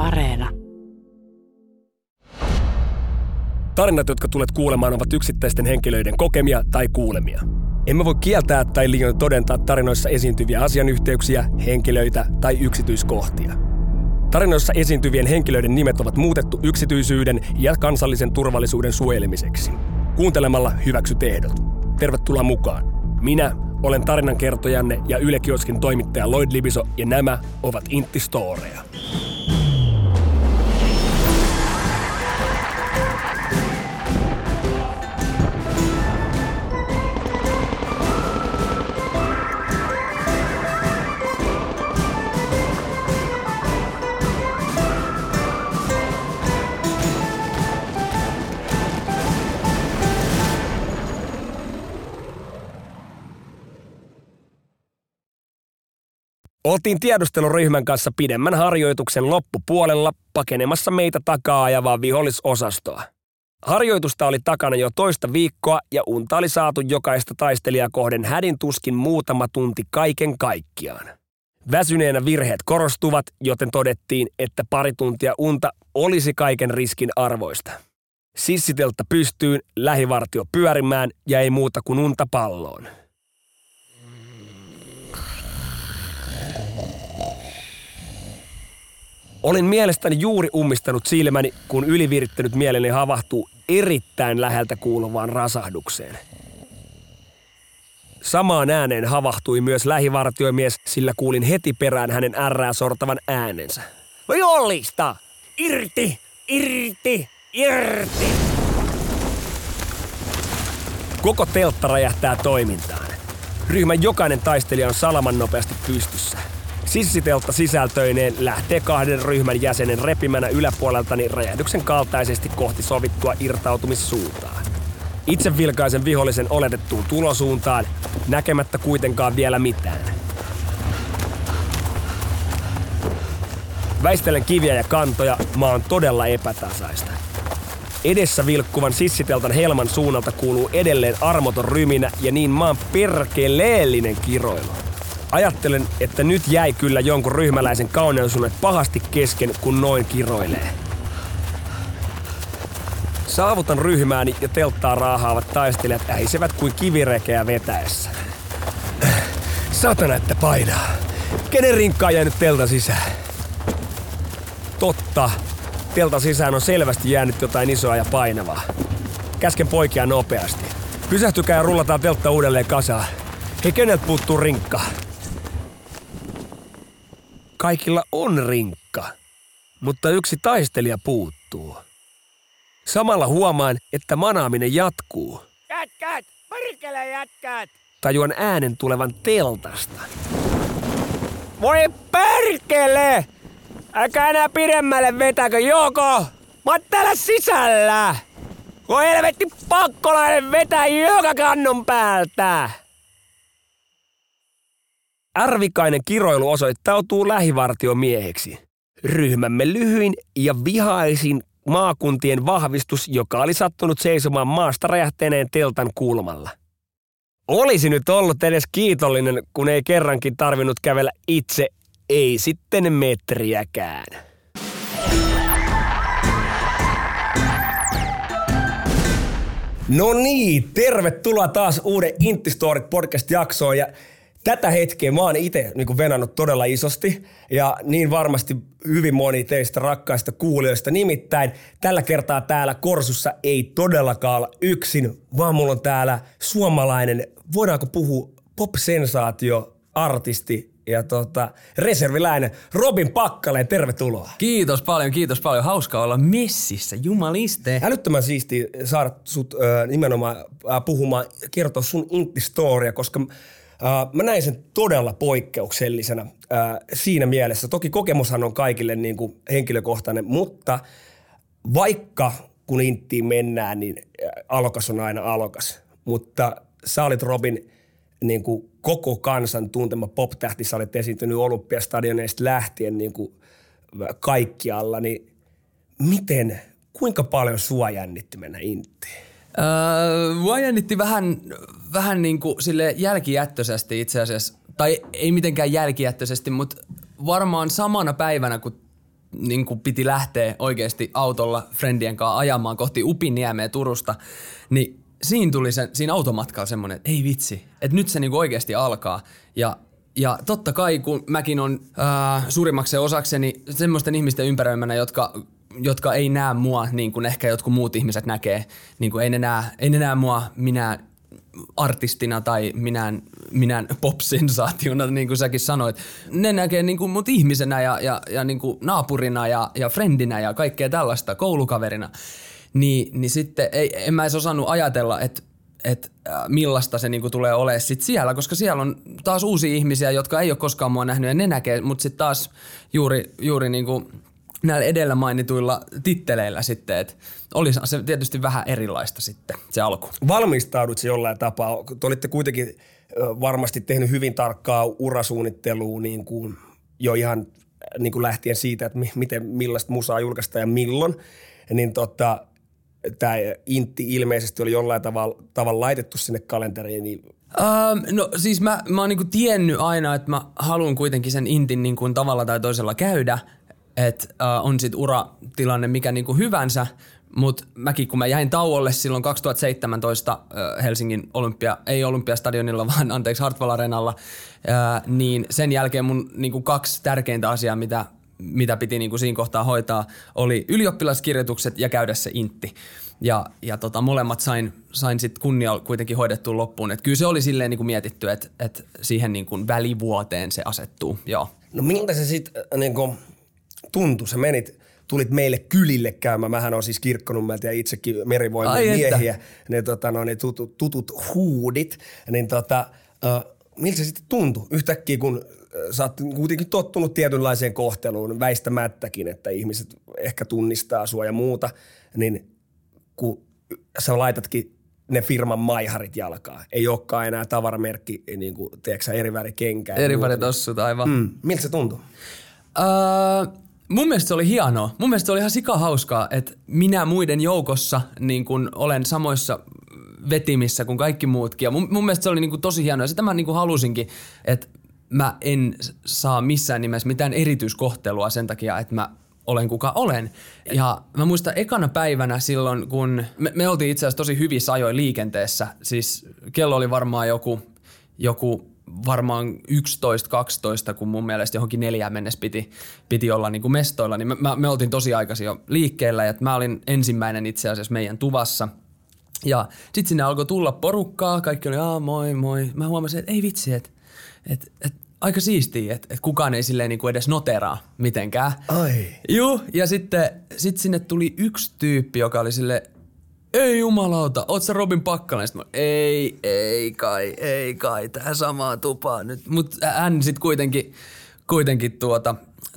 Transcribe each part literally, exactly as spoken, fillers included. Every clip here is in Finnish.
Areena. Tarinat, jotka tulet kuulemaan, ovat yksittäisten henkilöiden kokemia tai kuulemia. Emme voi kieltää tai liioin todentaa tarinoissa esiintyviä asianyhteyksiä, henkilöitä tai yksityiskohtia. Tarinoissa esiintyvien henkilöiden nimet ovat muutettu yksityisyyden ja kansallisen turvallisuuden suojelemiseksi. Kuuntelemalla hyväksyt ehdot. Tervetuloa mukaan. Minä olen tarinankertojanne ja Yle Kioskin toimittaja Lloyd Libiso ja nämä ovat Intti Storeja. Oltiin tiedusteluryhmän kanssa pidemmän harjoituksen loppupuolella pakenemassa meitä takaa ajavaa vihollisosastoa. Harjoitusta oli takana jo toista viikkoa ja unta oli saatu jokaista taistelijaa kohden hädin tuskin muutama tunti kaiken kaikkiaan. Väsyneenä virheet korostuvat, joten todettiin, että pari tuntia unta olisi kaiken riskin arvoista. Sissiteltta pystyyn, lähivartio pyörimään ja ei muuta kuin unta palloon. Olin mielestäni juuri ummistanut silmäni, kun ylivirittänyt mieleni havahtuu erittäin läheltä kuuluvaan rasahdukseen. Samaan ääneen havahtui myös lähivartiomies, sillä kuulin heti perään hänen ärrää sortavan äänensä. Jollista! Irti! Irti! Irti! Koko teltta räjähtää toimintaan. Ryhmän jokainen taistelija on salaman nopeasti pystyssä. Sissiteltta sisältöineen lähtee kahden ryhmän jäsenen repimänä yläpuoleltani räjähdyksen kaltaisesti kohti sovittua irtautumissuuntaa. Itse vilkaisen vihollisen oletettuun tulosuuntaan, näkemättä kuitenkaan vielä mitään. Väistelen kiviä ja kantoja, maa on todella epätasaista. Edessä vilkkuvan sissiteltan helman suunnalta kuuluu edelleen armoton ryminä ja niin maan perkeleellinen kiroilu. Ajattelen, että nyt jäi kyllä jonkun ryhmäläisen kauneisuudet pahasti kesken, kun noin kiroilee. Saavutan ryhmääni ja telttaa raahaavat taistelijat ähisevät kuin kivirekeä vetäessä. Satana, että painaa. Kenen rinkkaan jäi nyt teltan sisään? Totta. Teltan sisään on selvästi jäänyt jotain isoa ja painavaa. Käsken poikia nopeasti. Pysähtykää ja rullataan teltta uudelleen kasaan. Hei, keneltä puuttuu rinkka? Kaikilla on rinkka, mutta yksi taistelija puuttuu. Samalla huomaan, että manaaminen jatkuu. Jätkät! Perkele jätkät! Tajuan äänen tulevan teltasta. Voi perkele! Älkää enää pidemmälle vetäkö, joko? Mä oon täällä sisällä! Voi helvetti pakkolainen vetää joka kannon päältä! Ärvikainen kiroilu osoittautuu lähivartiomieheksi. Ryhmämme lyhyin ja vihaisin maakuntien vahvistus, joka oli sattunut seisomaan maasta räjähtäneen teltan kulmalla. Olisi nyt ollut edes kiitollinen, kun ei kerrankin tarvinnut kävellä itse, ei sitten metriäkään. No niin, tervetuloa taas uuden Intti Storit podcast-jaksoon ja tätä hetkeä mä oon itse niin venannut todella isosti ja niin varmasti hyvin moni teistä rakkaista kuulijoista. Nimittäin tällä kertaa täällä Korsussa ei todellakaan olla yksin, vaan mulla on täällä suomalainen, voidaanko puhua pop-sensaatio, artisti ja tota, reserviläinen Robin Packalén, tervetuloa. Kiitos paljon, kiitos paljon. Hauska olla messissä, jumaliste. Älyttömän siistiä saada sut äh, nimenomaan äh, puhumaan, kertoa sun Intti-storia, koska Uh, mä näin sen todella poikkeuksellisena uh, siinä mielessä. Toki kokemushan on kaikille niin kuin henkilökohtainen, mutta vaikka kun Inttiin mennään, niin alokas on aina alokas. Mutta sä olit, Robin, niin kuin koko kansan tuntema pop-tähti. Sä olet esiintynyt Olympiastadioneista lähtien niin kuin kaikkialla. Niin miten, kuinka paljon sua jännitti mennä Inttiin? Öö, mua jännitti vähän, vähän niin kuin sille jälkijättöisesti itse asiassa. Tai ei mitenkään jälkijättöisesti, mutta varmaan samana päivänä, kun niin kuin piti lähteä oikeasti autolla friendien kanssa ajamaan kohti Upiniemeä Turusta, niin siinä tuli sen, siinä automatkalla semmoinen, että ei vitsi, että nyt se niin kuin oikeasti alkaa. Ja, ja totta kai, kun mäkin on äh, suurimmaksi osakseni semmoisten ihmisten ympäröimänä, jotka jotka ei näe mua niin kuin ehkä jotkut muut ihmiset näkee. Niin kuin ei, ne näe, ei ne näe mua minä artistina tai minä, minä pop-sensaationa, niin kuin säkin sanoit. Ne näkee niin kuin mut ihmisenä ja, ja, ja niin kuin naapurina ja, ja friendinä ja kaikkea tällaista, koulukaverina. Niin, niin sitten ei, en mä edes osannut ajatella, että et, äh, millaista se niinku tulee olemaan sit siellä, koska siellä on taas uusia ihmisiä, jotka ei ole koskaan mua nähnyt ja ne näkee, mutta sitten taas juuri, juuri niinku näillä edellä mainituilla titteleillä sitten, että olisi se tietysti vähän erilaista sitten se alku. Valmistaudut se jollain tapaa? Te olitte kuitenkin varmasti tehnyt hyvin tarkkaa urasuunnittelua niin kuin jo ihan niin kuin lähtien siitä, että miten, millaista musaa julkaistaan ja milloin. Niin tota, tämä intti ilmeisesti oli jollain tavalla, tavalla laitettu sinne kalenteriin. Niin Um, no siis mä, mä oon niinku tiennyt aina, että mä haluan kuitenkin sen intin niinku tavalla tai toisella käydä. Että uh, on sit uratilanne mikä niinku hyvänsä, mutta mäkin kun mä jäin tauolle silloin kaksituhattaseitsemäntoista uh, Helsingin olympia, ei Olympiastadionilla vaan anteeksi Hartwall Arenalla, uh, niin sen jälkeen mun niinku kaksi tärkeintä asiaa, mitä, mitä piti niinku siinä kohtaa hoitaa, oli ylioppilaskirjoitukset ja käydä se intti. Ja, ja tota, molemmat sain, sain sitten kunnia kuitenkin hoidettua loppuun. Et kyllä se oli silleen niinku mietitty, että et siihen niinku välivuoteen se asettuu, joo. No miltä se sitten niinku tuntui? Sä menit, tulit meille kylille käymään. Mähän on siis Kirkkonummelta ja itsekin Merivoimien miehiä. Ne, tota, no, ne tutut, tutut huudit. Niin tota, uh, miltä se sitten tuntui? Yhtäkkiä kun sä oot kuitenkin tottunut tietynlaiseen kohteluun väistämättäkin, että ihmiset ehkä tunnistaa sua ja muuta, niin kun sä laitatkin ne firman maiharit jalkaa. Ei olekaan enää tavaramerkki, niin kuin, tiedätkö sä, eri väri kenkää. Eri väri tossut, aivan. Mm. Miltä se tuntui? Uh, mun mielestä se oli hienoa. Mun mielestä se oli ihan sika hauskaa, että minä muiden joukossa niin kun olen samoissa vetimissä kuin kaikki muutkin. Ja mun, mun mielestä se oli niin kun tosi hienoa. Ja sitä mä niin kun halusinkin, että mä en saa missään nimessä mitään erityiskohtelua sen takia, että mä olen kuka olen. Ja mä muistan ekana päivänä silloin, kun me, me oltiin itse asiassa tosi hyvissä ajoin liikenteessä. Siis kello oli varmaan joku, joku varmaan yksitoista kaksitoista, kun mun mielestä johonkin neljään mennessä piti, piti olla niin kuin mestoilla. Niin me, me, me oltiin tosi aikaisin jo liikkeellä ja mä olin ensimmäinen itse asiassa meidän tuvassa. Ja sit sinne alkoi tulla porukkaa. Kaikki oli, aa moi moi. Mä huomasin, että ei vitsi, että et, et, aika siistiä, että et kukaan ei silleen niinku edes noteraa mitenkään. Ai. Juu, ja sitten sit sinne tuli yksi tyyppi, joka oli silleen, ei jumalauta, oot sä Robin Pakkalen? Sitten mä, ei, ei kai, ei kai, tähän samaan tupaan nyt. Mut hän sit kuitenkin, kuitenkin tuota,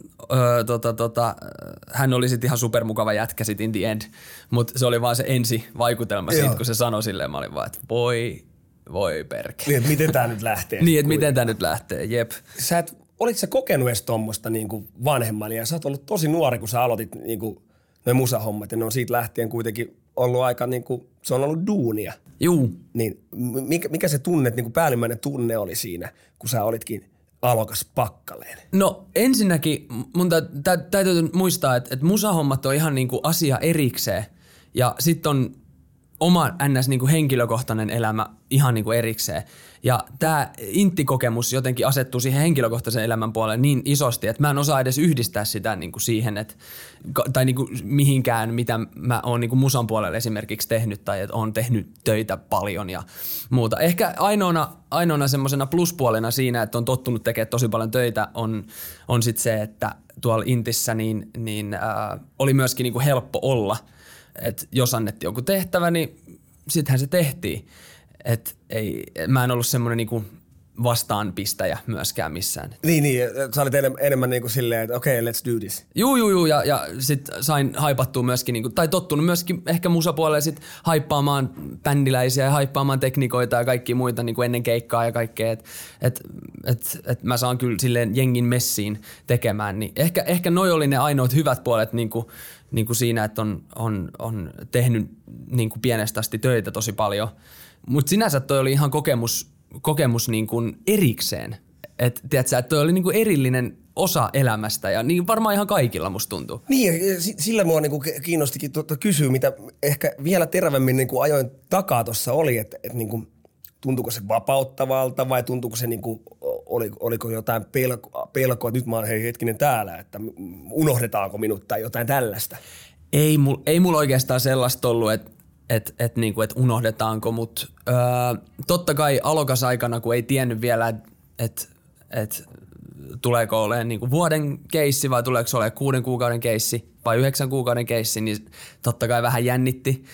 öö, tota, tota, hän oli sit ihan supermukava jätkä sit in the end. Mut se oli vaan se ensi vaikutelma siitä, Joo. kun se sanoi silleen, mä olin vaan, että voi... Voi perkele. Niin, että miten tää nyt lähtee? niin, että miten tää nyt lähtee, jep. Sä et, olit sä kokenut edes tommoista niinku vanhemman ja sä oot ollut tosi nuori, kun sä aloitit niinku noi musahommat ja ne on siitä lähtien kuitenkin ollut aika niinku, se on ollut duunia. Juu. Niin mikä, mikä se tunne, niinku päällimmäinen tunne oli siinä, kun sä olitkin alokas Pakkaleen? No ensinnäkin mun tä, tä, täytyy muistaa, että, että musahommat on ihan niinku asia erikseen ja sit on oma ns. Niinku henkilökohtainen elämä ihan niinku erikseen. Ja tää inttikokemus jotenkin asettuu siihen henkilökohtaisen elämän puolelle niin isosti, että mä en osaa edes yhdistää sitä niinku siihen, että, tai niinku mihinkään, mitä mä oon niinku musan puolelle esimerkiksi tehnyt, tai että oon tehnyt töitä paljon ja muuta. Ehkä ainoana, ainoana semmosena pluspuolena siinä, että on tottunut tekemään tosi paljon töitä, on, on sit se, että tuolla intissä niin, niin äh, oli myöskin niinku helppo olla. Että jos annettiin joku tehtävä, niin sittenhän se tehtiin. Että ei, mä en ollut semmoinen niinku vastaanpistäjä myöskään missään. Niin, niin. Sä olit enemmän, enemmän niinku silleen, että okei, okay, let's do this. Juu, juu, juu. Ja, ja sit sain haipattua myöskin, niinku, tai tottunut myöskin ehkä musapuolelle sit haippaamaan bändiläisiä ja haippaamaan teknikoita ja kaikkia muita niinku ennen keikkaa ja kaikkea. Että et, et, et mä saan kyllä silleen jengin messiin tekemään. Niin ehkä, ehkä noi oli ne ainoat hyvät puolet niinku, niin kuin siinä, että on, on, on tehnyt niin kuin pienestä asti töitä tosi paljon. Mutta sinänsä toi oli ihan kokemus, kokemus niin kuin erikseen. Että tiedätkö, että toi oli niin kuin erillinen osa elämästä ja niin varmaan ihan kaikilla musta tuntuu. Niin, ja sillä mua niinku kiinnostikin tuota kysyä, mitä ehkä vielä terävämmin niinku ajoin takaa tuossa oli, että et niinku, tuntuuko se vapauttavalta vai tuntuuko se, niinku, oliko, oliko jotain pelkoa, pelkoa, että nyt mä oon hei hetkinen täällä, että unohdetaanko minut tai jotain tällaista? Ei mulla ei mul oikeastaan sellaista ollut, että et, et niinku, et unohdetaanko, mutta öö, totta kai alokasaikana, kun ei tiennyt vielä, että et, et, tuleeko olemaan niinku vuoden keissi vai tuleeko se olemaan kuuden kuukauden keissi vai yhdeksän kuukauden keissi, niin totta kai vähän jännitti.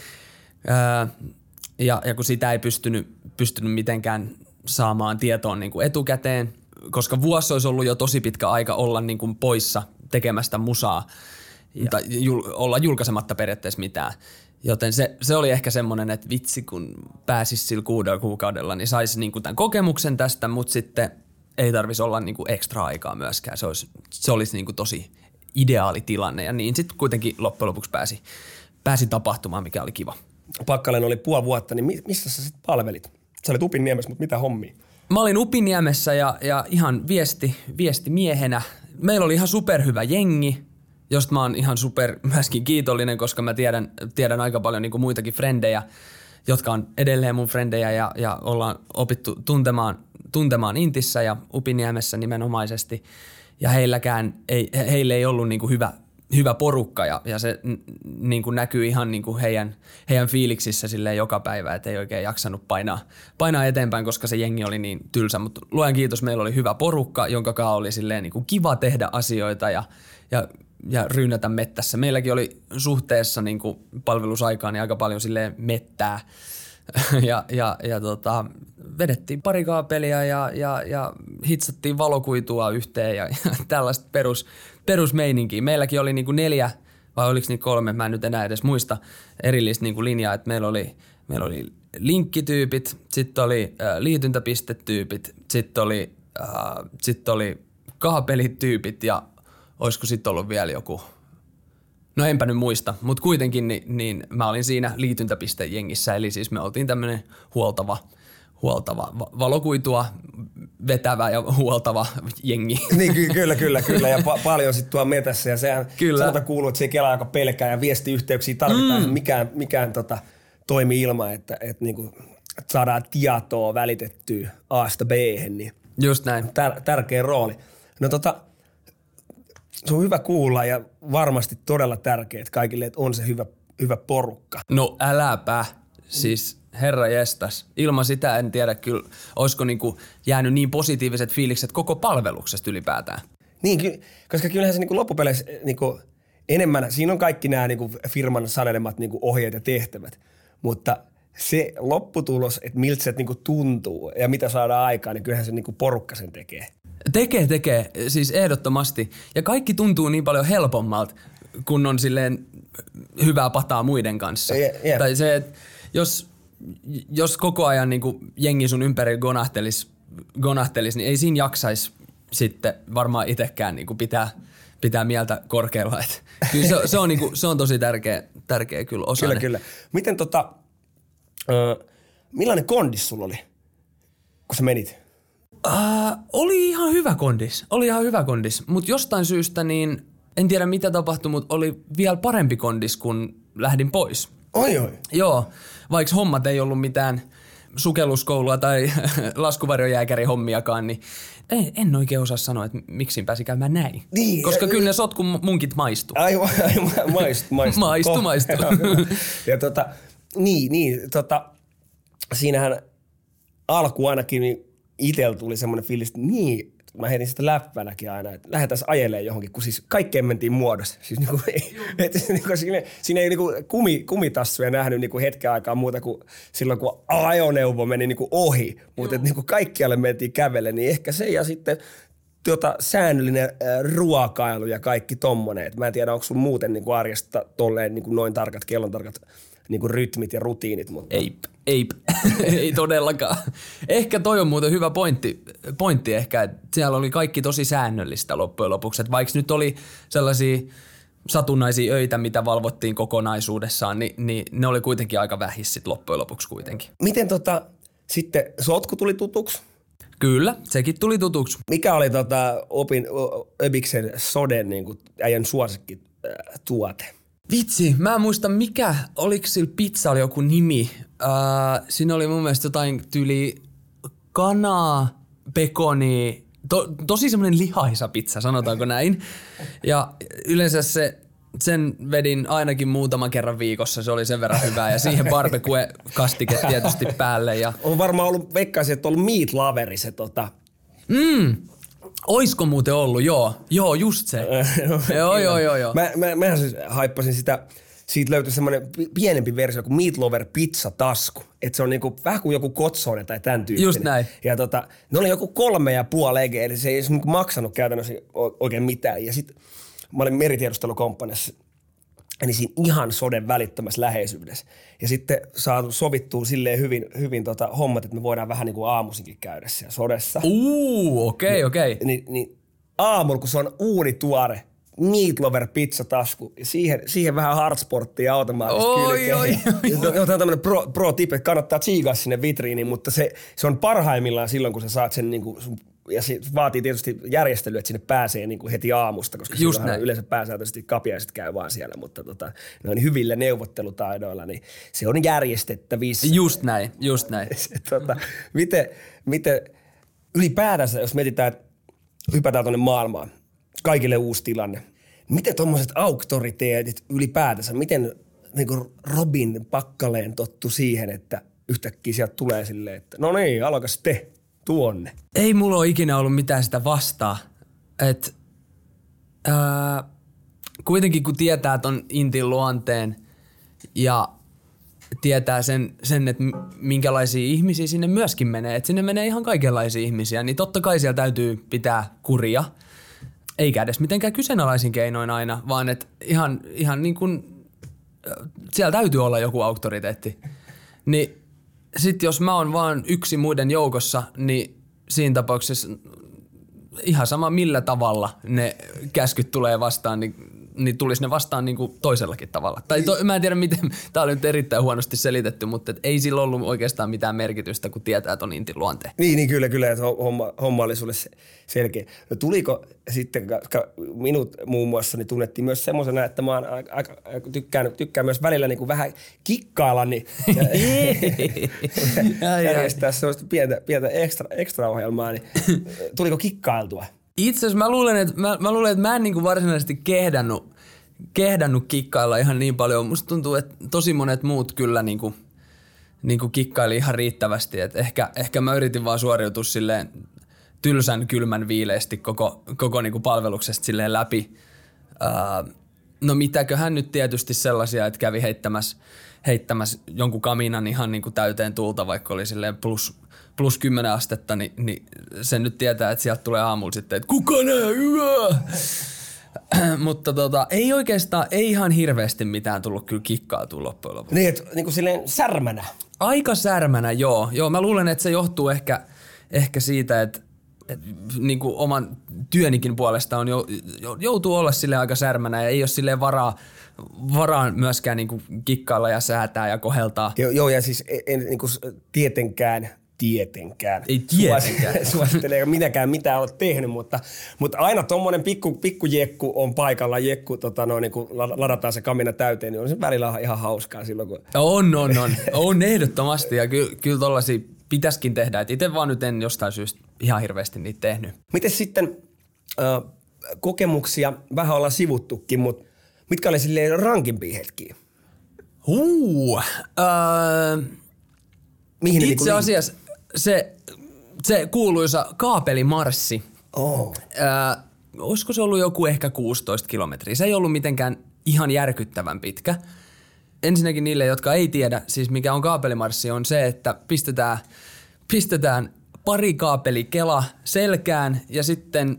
Öö, ja, ja kun sitä ei pystynyt, pystynyt mitenkään saamaan tietoon niinku etukäteen, koska vuosi olisi ollut jo tosi pitkä aika olla niinku poissa tekemästä musaa ja. tai jul, olla julkaisematta periaatteessa mitään. Joten se, se oli ehkä semmoinen, että vitsi kun pääsisi sillä kuudella kuukaudella, niin saisi niinku tämän kokemuksen tästä, mutta sitten ei tarvitsisi olla niinku ekstra aikaa myöskään. Se olisi, se olisi niinku tosi ideaali tilanne ja niin sitten kuitenkin loppujen lopuksi pääsi, pääsi tapahtumaan, mikä oli kiva. Pakkalen oli puoli vuotta, niin missä sä sitten palvelit? Sä olit Upinniemessä, mutta mitä hommia? Mä olin Upinniemessä ja, ja ihan viesti, viestimiehenä. Meillä oli ihan superhyvä jengi, josta mä oon ihan super myöskin kiitollinen, koska mä tiedän, tiedän aika paljon niin kuin muitakin frendejä, jotka on edelleen mun frendejä ja, ja ollaan opittu tuntemaan, tuntemaan Intissä ja Upinniemessä nimenomaisesti. Ja heilläkään ei, heille ei ollut niin kuin hyvä, hyvä porukka ja, ja se n, niin kuin näkyy ihan niin kuin heidän, heidän fiiliksissä silleen joka päivä, että ei oikein jaksanut painaa, painaa eteenpäin, koska se jengi oli niin tylsä. Mutta luojan kiitos, meillä oli hyvä porukka, jonka kanssa oli silleen niin kuin kiva tehdä asioita ja, ja ja ryynätä mettässä. Meilläkin oli suhteessa niin kuin palvelusaikaan niin aika paljon silleen mettää ja, ja, ja tota, vedettiin pari kaapelia ja, ja, ja hitsattiin valokuitua yhteen ja, ja tällaista perus, perusmeininkiä. Meilläkin oli niin kuin neljä vai oliko niin kolme, mä en nyt enää edes muista erillistä niin kuin linjaa, että meillä oli, meillä oli linkkityypit, sitten oli äh, liityntäpistetyypit, sitten oli, äh, sit oli kaapelityypit ja olisiko sitten ollut vielä joku, no enpä nyt muista, mutta kuitenkin niin, niin mä olin siinä liityntäpistejengissä, eli siis me oltiin tämmöinen huoltava, huoltava valokuitua vetävä ja huoltava jengi. Niin ky- kyllä, kyllä, kyllä ja pa- paljon sitten tuolla metässä ja sehän sanotaan kuuluu, että se ei kelaa aika pelkää ja viestiyhteyksiä tarvitaan, mm. mikään, mikään tota, toimi ilman, että, että, niinku, että saadaan tietoa välitettyä A:sta B:hen, niin just näin. Tär- tärkeä rooli. No tota, se on hyvä kuulla ja varmasti todella tärkeää kaikille, että on se hyvä, hyvä porukka. No äläpä. Siis herra jestas. Ilman sitä en tiedä kyllä, olisiko niinku jäänyt niin positiiviset fiilikset koko palveluksesta ylipäätään. Niin, ky- koska kyllähän se niinku loppupeleissä niinku enemmän, siinä on kaikki nämä niinku firman sanelemat niinku ohjeet ja tehtävät, mutta se lopputulos, että miltä se niinku tuntuu ja mitä saadaan aikaan, niin kyllähän se niinku porukka sen tekee. Tekee, tekee. Siis ehdottomasti. Ja kaikki tuntuu niin paljon helpommalta, kun on silleen hyvää pataa muiden kanssa. Yeah, yeah. Tai se, että jos, jos koko ajan niin kuin jengi sun ympärillä gonahtelis, gonahtelis, niin ei siinä jaksaisi sitten varmaan itsekään niin kuin pitää, pitää mieltä korkealla. Et kyllä se, se, on, niin kuin, se on tosi tärkeä, tärkeä kyllä osainen. Kyllä, kyllä. Miten tota, äh, millainen kondis sulla oli, kun sä menit? Uh, oli ihan hyvä kondis, oli ihan hyvä kondis, mutta jostain syystä niin en tiedä mitä tapahtui, mutta oli vielä parempi kondis, kun lähdin pois. Oi oi. Joo, vaikka hommat ei ollut mitään sukelluskoulua tai laskuvarjojääkäri hommiakaan, niin en, en oikein osaa sanoa, että miksi pääsi käymään näin. Niin, koska ja, kyllä ne sotkun munkit maistu. Aivan, aivan maistu, maistu. maistu, oh, maistu. ja tota, niin, niin, tota, siinähän alku ainakin niin itsellä tuli semmoinen fiilis, että niin, mä heitin sitä läppänäkin aina, että lähdetään ajelemaan johonkin, kun siis kaikkeen mentiin muodossa. Siis niinku, et, niinku, siinä, siinä ei niinku kumi, kumitassuja nähnyt niinku hetken aikaa muuta kuin silloin, kun ajoneuvo meni niinku ohi. Mutta niinku kaikkialle mentiin kävelle, niin ehkä se ja sitten tota, säännöllinen äh, ruokailu ja kaikki tommonen. Et mä en tiedä, onko sun muuten niinku arjesta tolleen niinku noin tarkat, kellon tarkat niinku rytmit ja rutiinit. Mutta Eip, eip, ei todellakaan. Ehkä toi on muuten hyvä pointti, pointti ehkä, että siellä oli kaikki tosi säännöllistä loppujen lopuksi. Että vaikka nyt oli sellaisia satunnaisia öitä, mitä valvottiin kokonaisuudessaan, niin, niin ne oli kuitenkin aika vähissä sit loppujen lopuksi kuitenkin. Miten tota, sitten sotku tuli tutuksi? Kyllä, sekin tuli tutuksi. Mikä oli tota opin Öbiksen soden niin kuin äijän suosikki äh, tuote? Vitsi, mä en muista mikä, oliko sillä pizzalla joku nimi. Äh, siinä oli mun mielestä jotain tyyli kanaa, pekonia, to, tosi semmoinen lihaisa pizza, sanotaanko näin. Ja yleensä se, sen vedin ainakin muutaman kerran viikossa, se oli sen verran hyvää. Ja siihen barbecue-kastike tietysti päälle. Ja... On varmaan ollut, veikkaisin, että on ollut meat loveri se tota... Mm. Oisko muuten ollut? Joo, joo, just se. joo, joo, joo, joo. Mä, mä, mä siis haippasin sitä, siitä löytyi semmoinen pienempi versio kuin Meat Lover pizza-tasku. Että se on niinku, vähän kuin joku kotsone tai tämän tyyppinen. Just näin. Ja tota, ne oli joku kolme ja puoli egeä, eli se ei niinku maksanut käytännössä oikein mitään. Ja sit mä olin meritiedustelukomppaniassa, eli siinä ihan soden välittömässä läheisyydessä. Ja sitten saatu sovittua silleen hyvin, hyvin tota hommat, että me voidaan vähän niin kuin aamuisinkin käydä siellä sodessa. Uuu, okei, okay, okei. Okay. Niin, niin aamulla, kun se on uunituore, Meat Lover pizzatasku, ja siihen, siihen vähän hardsporttia automaattisesti kylkeen. Oi, oi, oi. Tämä on tämmöinen pro, pro tip, että kannattaa tsiigaa sinne vitriiniin, mutta se, se on parhaimmillaan silloin, kun sä saat sen niin kuin sun, ja se vaatii tietysti järjestelyä, että sinne pääsee niin kuin heti aamusta, koska yleensä pääsääntöisesti kapiaiset käy vaan siellä, mutta tota, noin hyvillä neuvottelutaidoilla, niin se on järjestettävissä. Just näin, just näin. tota, miten, miten ylipäätänsä, jos mietitään, että hypätään tuonne maailmaan, kaikille uusi tilanne, miten tuommoiset auktoriteetit ylipäätänsä, miten niin kuin Robin Pakkaleen tottu siihen, että yhtäkkiä sieltä tulee silleen, että no niin, alkas te. Tuonne. Ei mulla ole ikinä ollut mitään sitä vastaa. Et, ää, kuitenkin kun tietää ton intin luonteen ja tietää sen, sen että minkälaisia ihmisiä sinne myöskin menee, että sinne menee ihan kaikenlaisia ihmisiä, niin totta kai siellä täytyy pitää kuria. Eikä edes mitenkään kyseenalaisin keinoin aina, vaan että ihan, ihan niin kuin, siellä täytyy olla joku auktoriteetti. Niin sitten jos mä oon vaan yksi muiden joukossa, niin siinä tapauksessa ihan sama millä tavalla ne käskyt tulee vastaan, niin, niin tulisi ne vastaan niin kuin toisellakin tavalla. Tai to, mä en tiedä miten, tää oli nyt erittäin huonosti selitetty, mutta et ei sillä ollut oikeastaan mitään merkitystä, kun tietää ton intin luonteen. Niin, niin kyllä, kyllä, että homma, homma oli sulle selkeä. No tuliko sitten, minut muun muassa, niin tunnettiin myös semmoisena, että mä oon aika, tykkään, tykkään myös välillä niin kuin vähän kikkailla, niin järjestää sellaista pientä, pientä ekstra, ekstra ohjelmaa, niin tuliko kikkailtua? Itse asiassa mä luulen, että mä, mä, luulen, että mä en niinku varsinaisesti kehdannut, kehdannut kikkailla ihan niin paljon. Musta tuntuu, että tosi monet muut kyllä niinku, niinku kikkaili ihan riittävästi. Et ehkä, ehkä mä yritin vaan suoriutua silleen tylsän, kylmän, viileästi koko, koko niinku palveluksesta silleen läpi. Uh, no mitäköhän nyt tietysti sellaisia, että kävi heittämässä, heittämässä jonkun kaminan ihan niinku täyteen tulta, vaikka oli silleen plus... plus kymmenen astetta, niin, niin sen nyt tietää, että sieltä tulee aamulla sitten, että kuka nää yö? Mutta tota, ei oikeastaan, ei ihan hirveästi mitään tullut kyllä kikkaatua loppujen lopuksi. Niin, että niin kuin silleen särmänä. Aika särmänä, joo. Joo, mä luulen, että se johtuu ehkä, ehkä siitä, että, että niin kuin oman työnikin puolesta on jo, joutuu olla silleen aika särmänä ja ei ole silleen varaa, varaa myöskään niin kuin kikkailla ja säätää ja koheltaa. Joo, joo ja siis en niin kuin tietenkään Tietenkään. Ei tietenkään. Suosittele minäkään mitään ole tehnyt, mutta, mutta aina tuommoinen pikku, pikku jekku on paikalla. Jekku, tota, no, niin kun ladataan se kamina täyteen, niin on se välillä ihan hauskaa silloin. Kun... On, on, on. On ehdottomasti ja ky, kyllä tollaisia pitäisikin tehdä. Itse vaan nyt en jostain syystä ihan hirveästi niitä tehnyt. Miten sitten äh, kokemuksia, vähän ollaan sivuttukin, mutta mitkä oli silleen rankimpia hetkiä? Huu, äh, Mihin itse asiassa se, se kuuluisa kaapelimarssi, oh. äh, olisiko se ollut joku ehkä kuusitoista kilometriä. Se ei ollut mitenkään ihan järkyttävän pitkä. Ensinnäkin niille, jotka ei tiedä, siis mikä on kaapelimarssi, on se, että pistetään, pistetään pari kaapelikela selkään ja sitten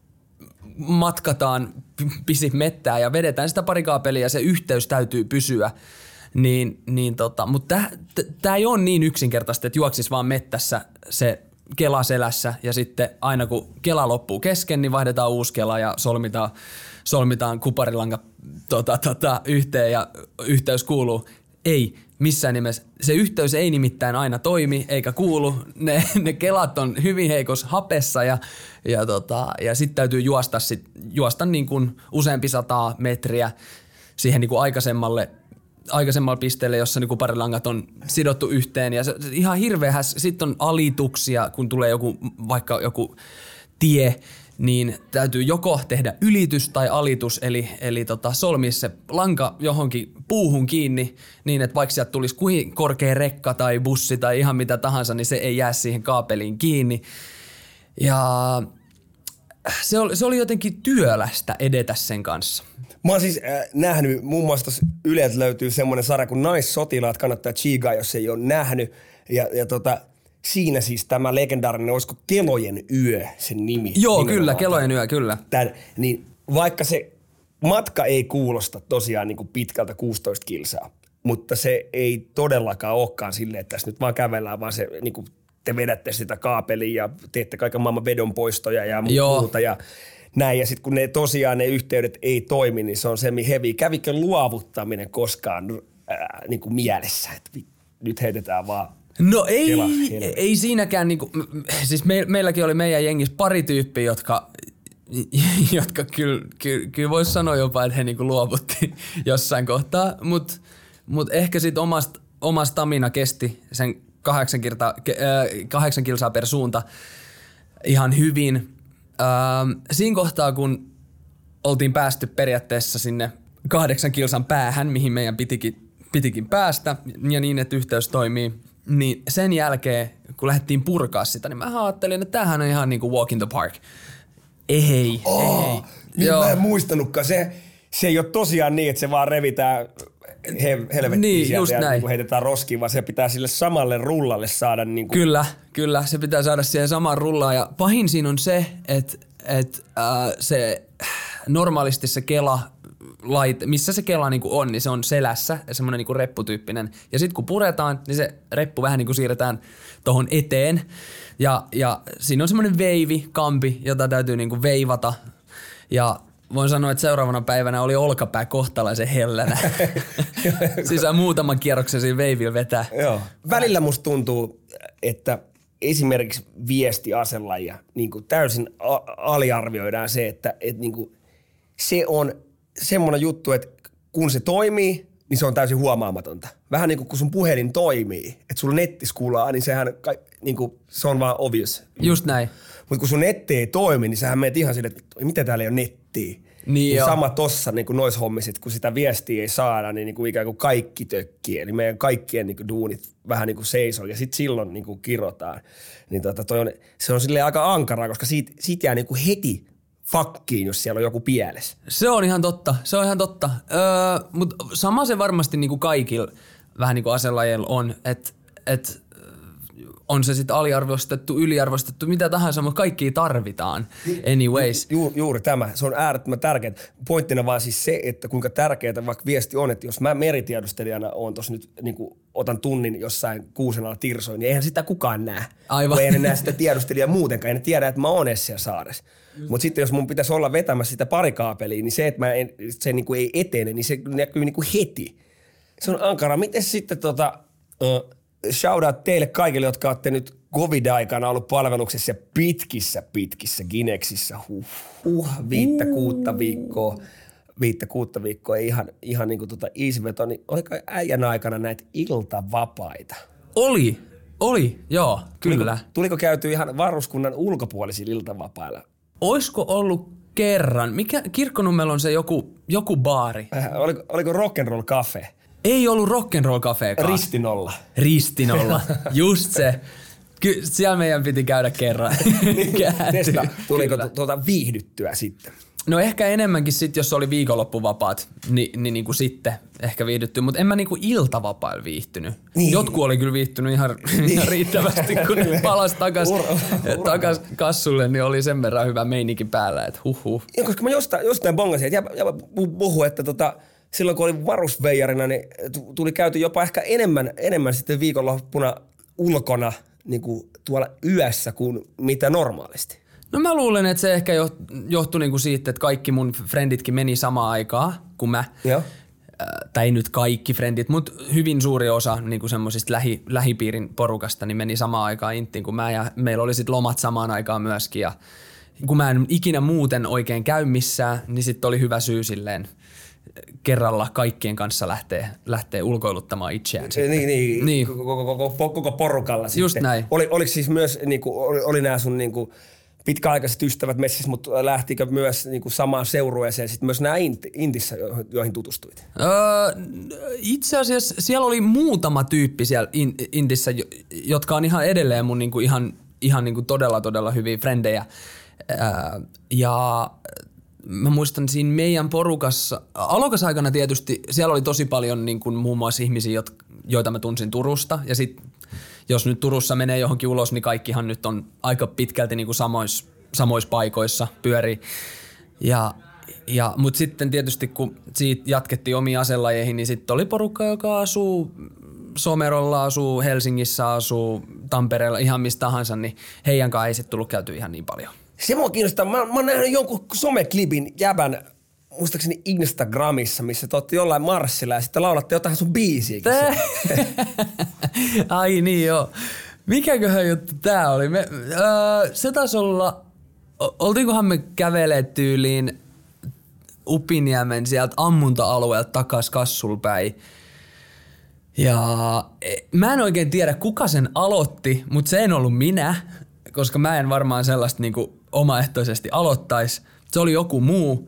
matkataan pisi mettää ja vedetään sitä pari kaapelia ja se yhteys täytyy pysyä. Niin, niin tota, mutta tämä ei ole niin yksinkertaista, että juoksis vaan mettässä se kela selässä ja sitten aina kun kela loppuu kesken, niin vaihdetaan uusi kela ja solmitaan, solmitaan kuparilanka tota, tota, yhteen ja yhteys kuuluu. Ei, missään nimessä. Se yhteys ei nimittäin aina toimi eikä kuulu. Ne, ne kelat on hyvin heikossa hapessa ja, ja, tota, ja sitten täytyy juosta, sit, juosta niin kuin useampi sataa metriä siihen niin kuin aikaisemmalle aikaisemmalle pisteelle, jossa niinku parilangat on sidottu yhteen ja se, ihan hirveä. Sitten on alituksia, kun tulee joku, vaikka joku tie, niin täytyy joko tehdä ylitys tai alitus, eli, eli tota, solmia se lanka johonkin puuhun kiinni niin, että vaikka sieltä tulisi kuin korkea rekka tai bussi tai ihan mitä tahansa, niin se ei jää siihen kaapeliin kiinni. Ja se oli, se oli jotenkin työlästä edetä sen kanssa. Mä oon siis äh, nähnyt, muun muassa tuossa Yleltä löytyy semmoinen sarja kuin Naissotilaat, kannattaa chiigaa, jos ei ole nähnyt. Ja, ja tota, siinä siis tämä legendaarinen, olisiko Kelojen yö sen nimi? Joo, kyllä, Kelojen yö, kyllä. Tän, niin vaikka se matka ei kuulosta tosiaan niin kuin pitkältä kuusitoista kilsaa, mutta se ei todellakaan olekaan silleen, että tässä nyt vaan kävellään, vaan se niin kuin te vedätte sitä kaapelia ja teette kaiken maailman vedonpoistoja ja muuta. Ja näin, ja sitten kun ne tosiaan ne yhteydet ei toimi, niin se on semi-heavy. Kävikö luovuttaminen koskaan ää, niin kuin mielessä, että nyt heitetään vaan No ei, ei siinäkään, niinku, siis me, meilläkin oli meidän jengissä pari tyyppiä, jotka, jotka kyllä, kyllä, kyllä voisi sanoa jopa, että he niinku luovutti jossain kohtaa, mutta mut ehkä sitten omasta oma stamina kesti sen kahdeksan, kirta, äh, kahdeksan kilsaa per suunta ihan hyvin. Ähm, siinä kohtaa, kun oltiin päästy periaatteessa sinne kahdeksan kilsan päähän, mihin meidän pitikin, pitikin päästä ja niin, että yhteys toimii, niin sen jälkeen, kun lähdettiin purkaa sitä, niin mä ajattelin, että tämähän on ihan niin kuin walk in the park. Ei, oh, ei. Niin Joo. Mä en muistanutkaan. Se, se ei ole tosiaan niin, että se vaan revitään he, helvettiin niin, sieltä ja niin heitetään roskiin, vaan se pitää sille samalle rullalle saada. Niin kuin Kyllä, kyllä. Se pitää saada siihen samaan rullaan. Ja pahin siinä on se, että, että äh, se normaalisti se kela, laite, missä se kela niinku on, niin se on selässä, semmoinen niinku repputyyppinen. Ja sitten kun puretaan, niin se reppu vähän niinku siirretään tohon eteen. Ja, ja siinä on semmoinen veivi, kampi, jota täytyy niinku veivata. Ja voin sanoa, että seuraavana päivänä oli olkapää kohtalaisen hellänä. Siis saa muutaman kierroksen siinä veivillä vetää. Joo. Välillä musta tuntuu, että esimerkiksi viestiaselajia niin kuin täysin a- aliarvioidaan se, että, että niin kuin se on semmoinen juttu, että kun se toimii, niin se on täysin huomaamatonta. Vähän niin kuin kun sun puhelin toimii, että sulla nettis kuulaa, niin sehän niin kuin, se on vaan obvious. Just näin. Mutta kun sun netti ei toimi, niin sähän menet ihan silleen, että mitä täällä ei ole nettiä. Niin, niin sama tossa niin kuin noissa hommissa, kun sitä viestiä ei saada, niin, niin kuin ikään kuin kaikki tökkii. Eli meidän kaikkien niin kuin duunit vähän niin kuin seisoo ja sitten silloin niin kuin kirotaan. Niin tota, toi on, se on silleen aika ankaraa, koska siitä, siitä jää niin kuin heti fakkiin, jos siellä on joku pielessä. Se on ihan totta, se on ihan totta. Öö, mutta sama se varmasti niin kuin kaikilla vähän niin kuin aselajeilla on, että et, on se sitten aliarvostettu, yliarvostettu, mitä tahansa, mutta kaikkia tarvitaan anyways. Ju, ju, juuri tämä, se on äärettömän tärkeää. Pointtina vaan siis se, että kuinka tärkeää vaikka viesti on, että jos mä meritiedustelijana oon tuossa nyt, niin kuin otan tunnin jossain kuusen alla tirsoin, niin eihän sitä kukaan näe. Aivan. Ei ne näe sitä tiedustelijaa muutenkaan, ei ne tiedä, että mä oon edes siellä saaressa. Mutta sitten jos mun pitäisi olla vetämässä sitä parikaapelia, niin se, että mä en, se niin kuin ei etene, niin se näkyy niin kuin heti. Se on ankara. Miten sitten tota... Uh, shout out teille kaikille, jotka olette nyt covid-aikana ollut palveluksessa pitkissä, pitkissä Gineksissä. Huh, huh, viittä kuutta viikkoa. Viittä kuutta viikkoa, ihan, ihan niin kuin tota easy veto. Niin oliko äijän aikana näitä iltavapaita? Oli, oli, joo, kyllä. Tuliko, tuliko käyty ihan varuskunnan ulkopuolisilla iltavapailla? Oisko ollut kerran? Mikä Kirkkonummella on se joku, joku baari? Äh, oliko, oliko Rock'n'Roll Cafe? Ei ollut Rock'n'Roll Cafekaan. Ristinolla. Ristinolla, just se. Ky- siellä meidän piti käydä kerran. Tesla, tuliko tu- tuota viihdyttyä sitten? No ehkä enemmänkin sitten, jos oli viikonloppuvapaat, niin, niin, niin kuin sitten ehkä viihdytty. Mutta en mä niinku iltavapailla viihtynyt. Niin. Jotkut oli kyllä viihtynyt ihan, niin. ihan riittävästi, kun ne palasi takas, takas kassulle, niin oli sen verran hyvä meininki päällä, että huh huh. Ja koska mä jostain, jostain bongasin, että jäbä puhu, että tota... Silloin kun olin varusveijarina, niin tuli käyty jopa ehkä enemmän, enemmän sitten viikonloppuna ulkona niin kuin tuolla yössä kuin mitä normaalisti. No mä luulen, että se ehkä johtui niinku siitä, että kaikki mun frenditkin meni samaan aikaan kuin mä. Joo. tai ei nyt kaikki frendit, mutta hyvin suuri osa niin semmoisista lähi, lähipiirin porukasta niin meni samaan aikaan inttiin kuin mä ja meillä oli sitten lomat samaan aikaan myöskin ja kun mä en ikinä muuten oikein käy missään, niin sitten oli hyvä syy silleen kerralla kaikkien kanssa lähtee, lähtee ulkoiluttamaan itseään. Niin, niin, niin. Koko, koko, koko, koko porukalla sitten. Just näin. Oli, oliko siis myös, niinku, oli, oli nämä sun niinku, pitkäaikaiset ystävät messissä, mutta lähtikö myös niinku, samaan seurueeseen sitten myös nämä Intissä, joihin tutustuit? Öö, itse asiassa siellä oli muutama tyyppi siellä in, Intissä, jotka on ihan edelleen mun niinku, ihan, ihan niinku, todella todella hyviä frendejä. Öö, ja mä muistan siinä meidän porukassa, alokasaikana tietysti siellä oli tosi paljon niin kuin muun muassa ihmisiä, joita mä tunsin Turusta. Ja sit jos nyt Turussa menee johonkin ulos, niin kaikkihan nyt on aika pitkälti niin kuin samoissa, samoissa paikoissa pyörii. Ja, ja, mutta sitten tietysti kun siitä jatkettiin omiin aselajeihin, niin sitten oli porukka, joka asuu Somerolla, asuu Helsingissä, asuu Tampereella, ihan mistä tahansa, niin heidän kanssa ei sitten tullut käyty ihan niin paljon. Se mua kiinnostaa. Mä, mä oon nähnyt jonkun someklipin jäbän, muistaakseni Instagramissa, missä te ootte jollain marssilla ja sitten laulatte jotain sun biisiäkin. Ai niin joo. Mikäköhän juttu tää oli? Me, öö, se taisi olla, oltiinkohan me kävelee tyyliin Upiniemen sieltä ammunta-alueelta takas Kassulpäin. Ja mä en oikein tiedä kuka sen aloitti, mutta se en ollut minä, koska mä en varmaan sellaista niinku omaehtoisesti aloittaisi. Se oli joku muu.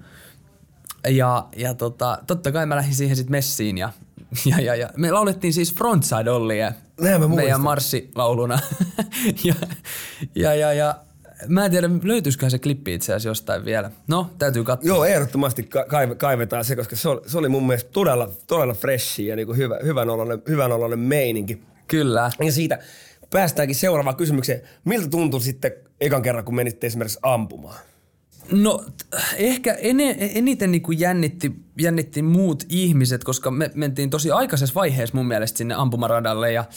Ja, ja tota, totta kai mä lähdin siihen sit messiin ja, ja, ja, ja me laulettiin siis Frontside Ollia meidän marssilauluna. ja, ja, ja, ja mä en tiedä, löytyisikö se klippi itse asiassa jostain vielä. No, täytyy katsoa. Joo, ehdottomasti ka- kaivetaan se, koska se oli, se oli mun mielestä todella, todella freshia ja niinku hyvä, hyvän oloinen, hyvän oloinen meininki. Kyllä. Ja siitä päästäänkin seuraavaan kysymykseen. Miltä tuntui sitten ekan kerran, kun menitte esimerkiksi ampumaan? No ehkä en, eniten niin kuin jännitti, jännitti muut ihmiset, koska me mentiin tosi aikaisessa vaiheessa mun mielestä sinne ampumaradalle ja,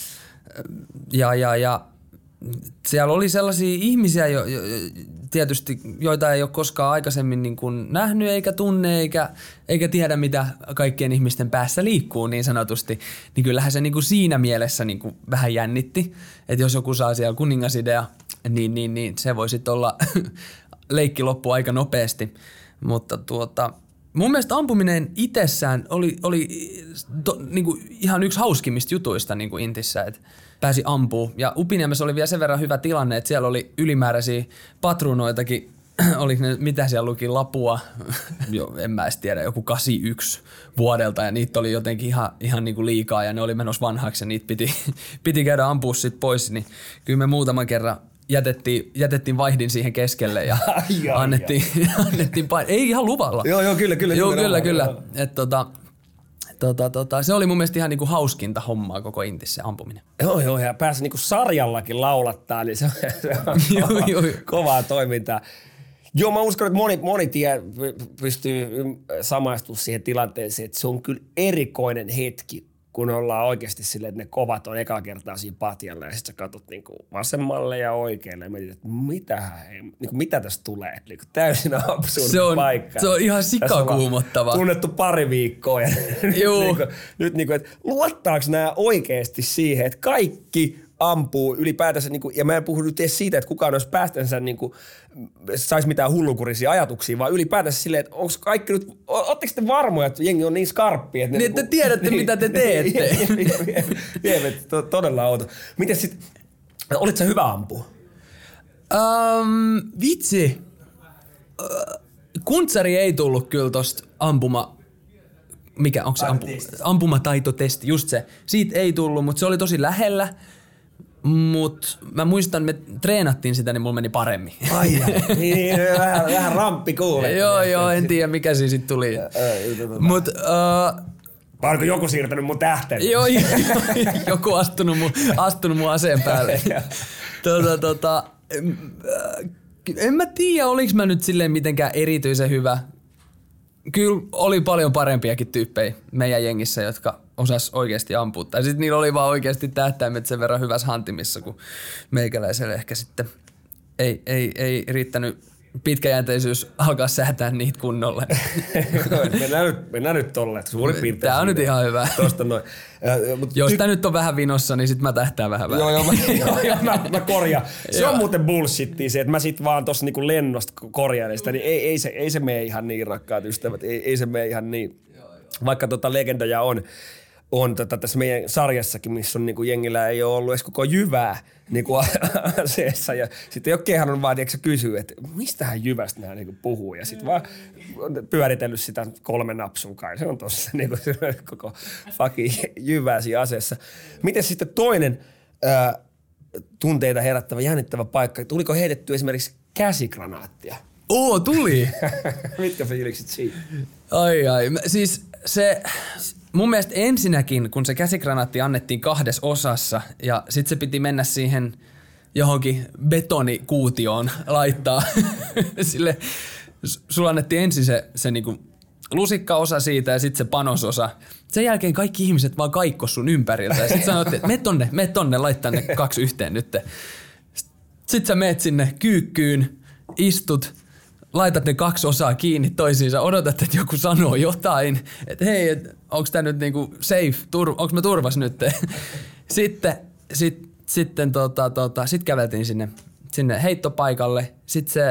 ja, ja, ja siellä oli sellaisia ihmisiä jo, jo, tietysti, joita ei ole koskaan aikaisemmin niin kuin nähnyt eikä tunne eikä, eikä tiedä mitä kaikkien ihmisten päässä liikkuu niin sanotusti, niin kyllähän se niin kuin siinä mielessä niin kuin vähän jännitti, että jos joku saa siellä kuningasidea, niin, niin, niin se voi sitten olla leikki loppuu aika nopeasti, mutta tuota, mun mielestä ampuminen itsessään oli, oli to, niinku ihan yksi hauskimmista jutuista niinku Intissä, että pääsi ampuu. Ja Upiniemessä oli vielä sen verran hyvä tilanne, että siellä oli ylimääräisiä patruunoitakin, oliko ne, mitä siellä luki, Lapua, jo, en mä edes tiedä, joku kahdeksankymmentäyksi vuodelta ja niitä oli jotenkin ihan, ihan niinku liikaa ja ne oli menossa vanhaksi ja niitä piti, piti käydä ampua sit pois, niin kyllä me muutaman kerran Jätettiin, jätettiin vaihdin siihen keskelle ja ai, ai, annettiin, annettiin pain. Ei ihan luvalla. Joo, joo, kyllä, kyllä. Joo, kyllä, kyllä. Et, tota, tota, tota, se oli mun mielestä ihan niinku hauskinta hommaa koko Intissä ampuminen. Joo, joo, ja pääsi niinku sarjallakin laulattaa, niin se, se on joo, kova, joo. kovaa toimintaa. Joo, mä uskon, että moni, moni tie pystyy samaistumaan siihen tilanteeseen, että se on kyllä erikoinen hetki, kun ollaan oikeasti silleen, että ne kovat on eka kertaa siinä patjalla ja sitten sä katsot niinku vasemmalle ja oikealle ja mietit, että mitä, niinku, mitä tästä tulee. Niinku, täysin absurdi se on, paikka. Se on ihan sikakuumottava. Tunnettu pari viikkoa ja Joo. nyt, niinku, nyt niinku, että luottaako nämä oikeasti siihen, että kaikki ampuu ylipäätänsä, niinku, ja mä en puhu nyt edes siitä, että kukaan olisi päästänsä niinku, saisi mitään hullukurisia ajatuksia, vaan ylipäätänsä silleen, että onko kaikki nyt, ootteko te varmoja, että jengi on niin skarppi, että... Niin, että te tiedätte, mitä te teette. Jep, todella outo. Miten sit, olit sä hyvä ampua? Um, vitsi. Uh, kuntsari ei tullut kyllä tosta ampuma... Mikä, onko se ampu, ampumataitotesti? Just se. Siitä ei tullut, mutta se oli tosi lähellä. Mut mä muistan, me treenattiin sitä, niin mulla meni paremmin. Ai niin, vähän, vähän ramppi kuule. Joo, joo, en tiedä mikä siinä sit tuli. Mut... Uh, Vai onko joku siirtänyt mun tähten? Joo, jo, joku astunut mun, astunut mun aseen päälle. tota, tota, en mä tiedä, oliks mä nyt silleen mitenkään erityisen hyvä. Kyllä oli paljon parempiakin tyyppejä meidän jengissä, jotka osas oikeasti ampua. Tai sitten niillä oli vaan oikeasti tähtäimet sen verran hyvässä hantimissa, kun meikäläiselle ehkä sitten ei, ei, ei riittänyt pitkäjänteisyys alkaa säätää niitä kunnolle. mennään, nyt, mennään nyt tolleen, suurin piirtein. Tää on nyt ihan hyvä. Tosta noin. Jos tää nyt on vähän vinossa, niin sit mä tähtään vähän vähän. Joo, joo, mä, joo, joo, mä, mä korjaan. Se on muuten bullshittia se, että mä sit vaan tossa niinku lennosta korjailen sitä, niin ei, ei, se, ei se mene ihan niin, rakkaat ystävät. Ei, ei se mene ihan niin. Vaikka tota legendoja on, on tota tässä meidän sarjassakin, missä on niinku jengillä ei ole ollut edes koko jyvää niinku aseessa. Ja sitten jokehan on vaan, tiedätkö sä kysyy, että mistähän jyvästä nämä niinku puhuu. Ja sitten vaan pyöritellyt sitä kolme napsun kai. Se on tossa niinku koko fucking jyvää siinä aseessa. Miten sitten toinen ää, tunteita herättävä, jännittävä paikka? Tuliko heitetty esimerkiksi käsikranaattia? Oo, tuli! Mitkä fiilikset siitä? Ai ai, siis se... Mun mielestä ensinnäkin, kun se käsikranaatti annettiin kahdessa osassa ja sit se piti mennä siihen johonkin betonikuutioon laittaa. Sille, sulla annettiin ensin se, se niinku lusikkaosa siitä ja sitten se panososa. Sen jälkeen kaikki ihmiset vaan kaikkos sun ympäriltä ja sit sanottiin, että me tonne, me tonne, laittaa ne kaksi yhteen nyt. Sit sä meet sinne kyykkyyn, istut, laitat ne kaksi osaa kiinni toisiinsa, odotat, että joku sanoo jotain, että hei, et, onks tää nyt niinku safe, tur, onks mä turvas nyt? Sitten, sit, sitten tota, tota, sit käveltiin sinne, sinne heittopaikalle, sit se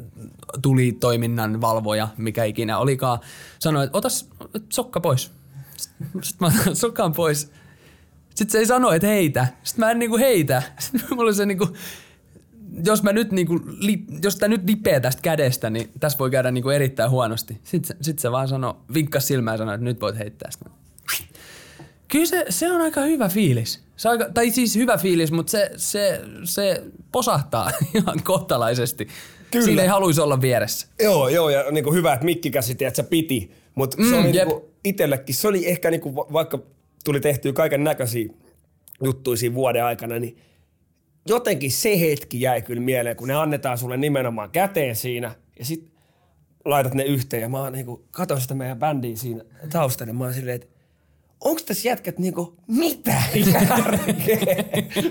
tuli toiminnan valvoja, mikä ikinä olikaan, sanoi, että otas sokka pois. Sitten mä otan sokan pois. Sitten se ei sano, että heitä. Sitten mä en niinku heitä. Sitten mulla se niinku... Jos mä nyt niinku, li, jos tää nyt lipee tästä kädestä, niin tässä voi käydä niinku erittäin huonosti. Sitten, sit se vaan sanoi, vinkkas silmään ja sanoi, että nyt voit heittää sitä. Kyllä se, se on aika hyvä fiilis. Se aika, tai siis hyvä fiilis, mutta se, se, se posahtaa ihan kohtalaisesti. Kyllä. Siinä ei haluaisi olla vieressä. Joo, joo, ja niinku hyvä, että mikki käsiti, että se piti. Mutta mm, se oli niinku itsellekin, se oli ehkä niinku, vaikka tuli tehtyä kaiken näköisiä juttuja siinä vuoden aikana, niin jotenkin se hetki jäi kyllä mieleen, kun ne annetaan sulle nimenomaan käteen siinä ja sit laitat ne yhteen ja mä oon niinku, katon sitä meidän bändiä siinä taustalla ja mä oon silleen, että onks tässä jätkät niinku mitään järkeä?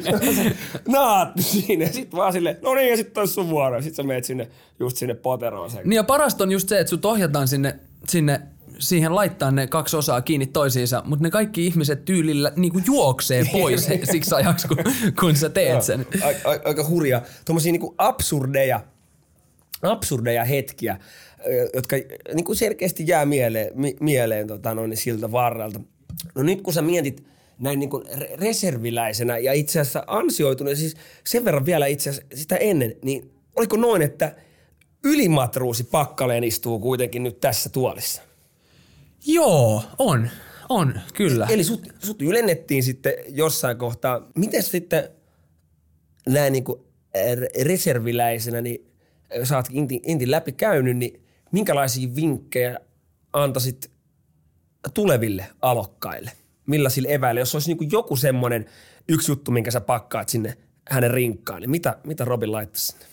Naattu siinä ja sit vaan silleen, no niin ja sit on sun vuoro ja sit sä meet sinne just sinne poteroon. Niin ja parasta on just se, että sut ohjataan sinne, sinne siihen laittaa ne kaksi osaa kiinni toisiinsa, mutta ne kaikki ihmiset tyylillä niinku juoksee pois siksi ajaksi, kun, kun sä teet sen. Aika, aika, aika hurjaa. Tuommoisia niinku absurdeja, absurdeja hetkiä, jotka niinku selkeästi jää mieleen, mieleen tota noin, siltä varrelta. No nyt kun sä mietit näin niinku reserviläisenä ja itse asiassa ansioitunut, siis sen verran vielä itse asiassa sitä ennen, niin oliko noin, että ylimatruusi Pakkaleen istuu kuitenkin nyt tässä tuolissa? Joo, on. On, kyllä. Eli sut, sut ylennettiin sitten jossain kohtaa. Miten sitten näin niinku reserviläisenä, niin sä oot intin, intin läpi käynyt, niin minkälaisia vinkkejä antaisit tuleville alokkaille? Millaisille eväille? Jos olisi niinku joku semmoinen yksi juttu, minkä sä pakkaat sinne hänen rinkkaan, niin mitä, mitä Robin laittaisi sinne?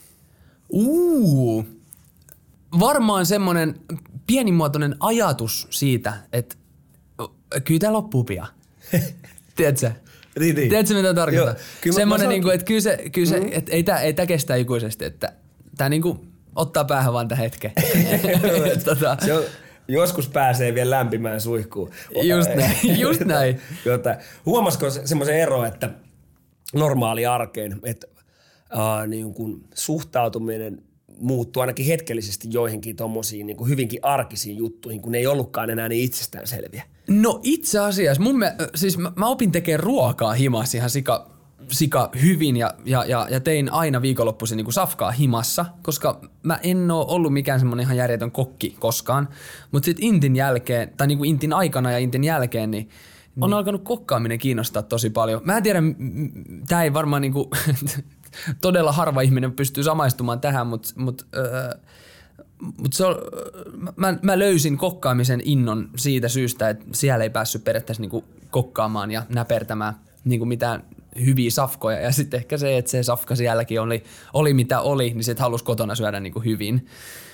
Uuu. Varmaan semmoinen pienimuotoinen ajatus siitä, että kyllä tämä loppuu pian. Tiedätkö? Niin, niin. Tiedätkö, mitä tarkoittaa? Joo, semmoinen, niinku, että kyllä se, kyllä se, mm. että ei tämä ei kestä ikuisesti, että tämä niinku ottaa päähän vaan tämän hetken. tota. Se on, joskus pääsee vielä lämpimään suihkuun. Just näin, just näin. Huomasiko semmoisen ero, että normaali arkeen, että äh, niin kuin suhtautuminen muuttuu ainakin hetkellisesti joihinkin tommosiin niin kuin hyvinkin arkisiin juttuihin, kun ne ei ollutkaan enää niin itsestäänselviä? No itse asiassa, mun me, siis mä, mä opin tekemään ruokaa himassa ihan sika, sika hyvin ja, ja, ja, ja tein aina viikonloppuisin niin kuin safkaa himassa, koska mä en oo ollut mikään semmonen ihan järjetön kokki koskaan. Mutta sit intin jälkeen, tai niin kuin intin aikana ja intin jälkeen, niin on niin alkanut kokkaaminen kiinnostaa tosi paljon. Mä en tiedä, tää ei varmaan niinku todella harva ihminen pystyy samaistumaan tähän, mutta mut, äh, mut se on, mä, mä löysin kokkaamisen innon siitä syystä, että siellä ei päässyt periaatteessa niinku kokkaamaan ja näpertämään niinku mitään hyviä safkoja. Ja sitten ehkä se, että se safka sielläkin oli, oli mitä oli, niin sit halusi kotona syödä niinku hyvin.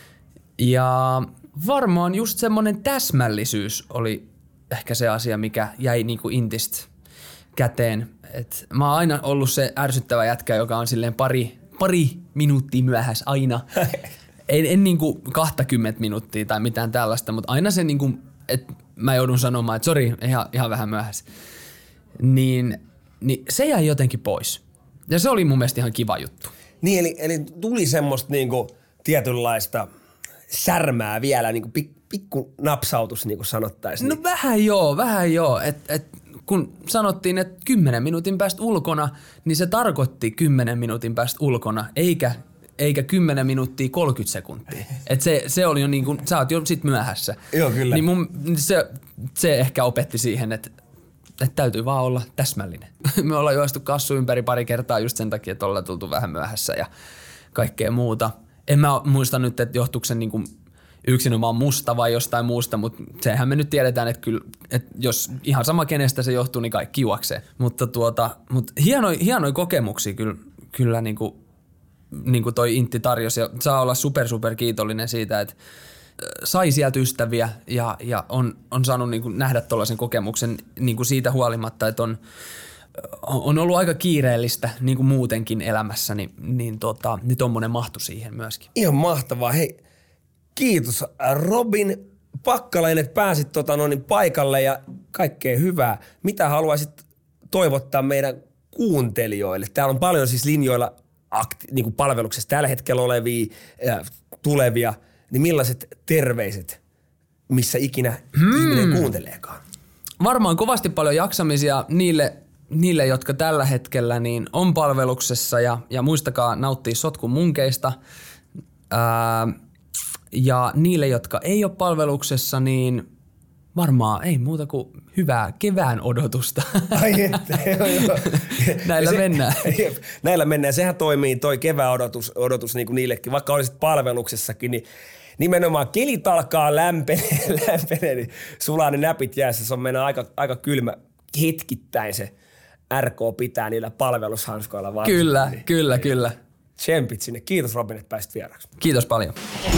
Ja varmaan just semmonen täsmällisyys oli ehkä se asia, mikä jäi niinku intistä käteen. Et mä oon aina ollut se ärsyttävä jätkä, joka on silleen pari, pari minuuttia myöhässä aina. en, en niinku kaksikymmentä minuuttia tai mitään tällaista, mutta aina se niinku, että mä joudun sanomaan, että sori, ihan, ihan vähän myöhässä. Niin, niin se jäi jotenkin pois. Ja se oli mun mielestä ihan kiva juttu. Niin, eli, eli tuli semmoista niinku tietynlaista särmää vielä, niinku pik, pikku napsautus, niin kuin sanottaisiin. No vähän joo, vähän joo. Et, et, kun sanottiin, että kymmenen minuutin päästä ulkona, niin se tarkoitti kymmenen minuutin päästä ulkona, eikä, eikä kymmenen minuuttia kolmekymmentä sekuntia. Et se, se oli jo niin kuin, sä oot jo sit myöhässä. Joo, kyllä. Niin mun, se, se ehkä opetti siihen, että että täytyy vaan olla täsmällinen. Me ollaan juostu kassu ympäri pari kertaa just sen takia, että ollaan tultu vähän myöhässä ja kaikkea muuta. En mä muista nyt, että johtuuko se niinku yksinomaan musta vai jostain muusta, mutta sehän me nyt tiedetään, että, kyllä, että jos ihan sama kenestä se johtuu, niin kaikki juoksee. Mutta tuota, mutta hienoja, hienoja kokemuksia kyllä, kyllä niinku, niinku toi Intti tarjosi ja saa olla super super kiitollinen siitä, että sai sieltä ystäviä ja, ja on, on saanut niin kuin nähdä tuollaisen kokemuksen niin kuin siitä huolimatta, että on, on ollut aika kiireellistä niin kuin muutenkin elämässä, niin, niin, tota, niin tommonen mahtui siihen myöskin. Ihan mahtavaa. Hei, kiitos Robin Pakkalainen, että pääsit tota, noin, paikalle ja kaikkea hyvää. Mitä haluaisit toivottaa meidän kuuntelijoille? Täällä on paljon siis linjoilla akti- niin kuin palveluksessa tällä hetkellä olevia ja tulevia. Niin millaiset terveiset, missä ikinä hmm. ihminen kuunteleekaan? Varmaan kovasti paljon jaksamisia niille, niille jotka tällä hetkellä niin on palveluksessa ja, ja muistakaa nauttia sotkun munkeista. Ää, ja niille, jotka ei ole palveluksessa, niin varmaan ei muuta kuin hyvää kevään odotusta. Ai että, joo, joo. Näillä se, mennään. Näillä mennään. Sehän toimii toi kevään odotus, odotus niin kuin niillekin, vaikka olisit palveluksessakin, niin nimenomaan kelit alkaa lämpenee, lämpenee, niin sulaa ne näpit jäässä. Se on mennä aika, aika kylmä hetkittäin se R K pitää niillä palvelushanskoilla varsin. Kyllä, niin, kyllä, niin, kyllä. Tsempit sinne. Kiitos Robin, että pääsit vieraksi. Kiitos paljon.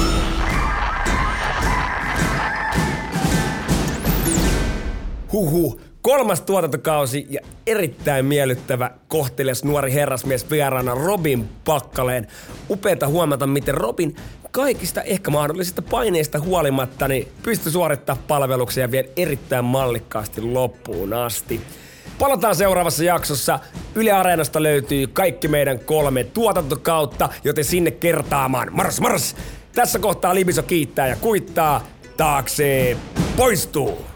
Huhhuh. Kolmas tuotantokausi ja erittäin miellyttävä kohtelias nuori herrasmies vieraana Robin Pakkaleen. Upeata huomata, miten Robin kaikista ehkä mahdollisista paineista huolimatta niin pystyi suorittamaan palveluksia vielä erittäin mallikkaasti loppuun asti. Palataan seuraavassa jaksossa. Yle Areenasta löytyy kaikki meidän kolme tuotantokautta, joten sinne kertaamaan. Mars, mars! Tässä kohtaa Libiso kiittää ja kuittaa. Taakse poistuu!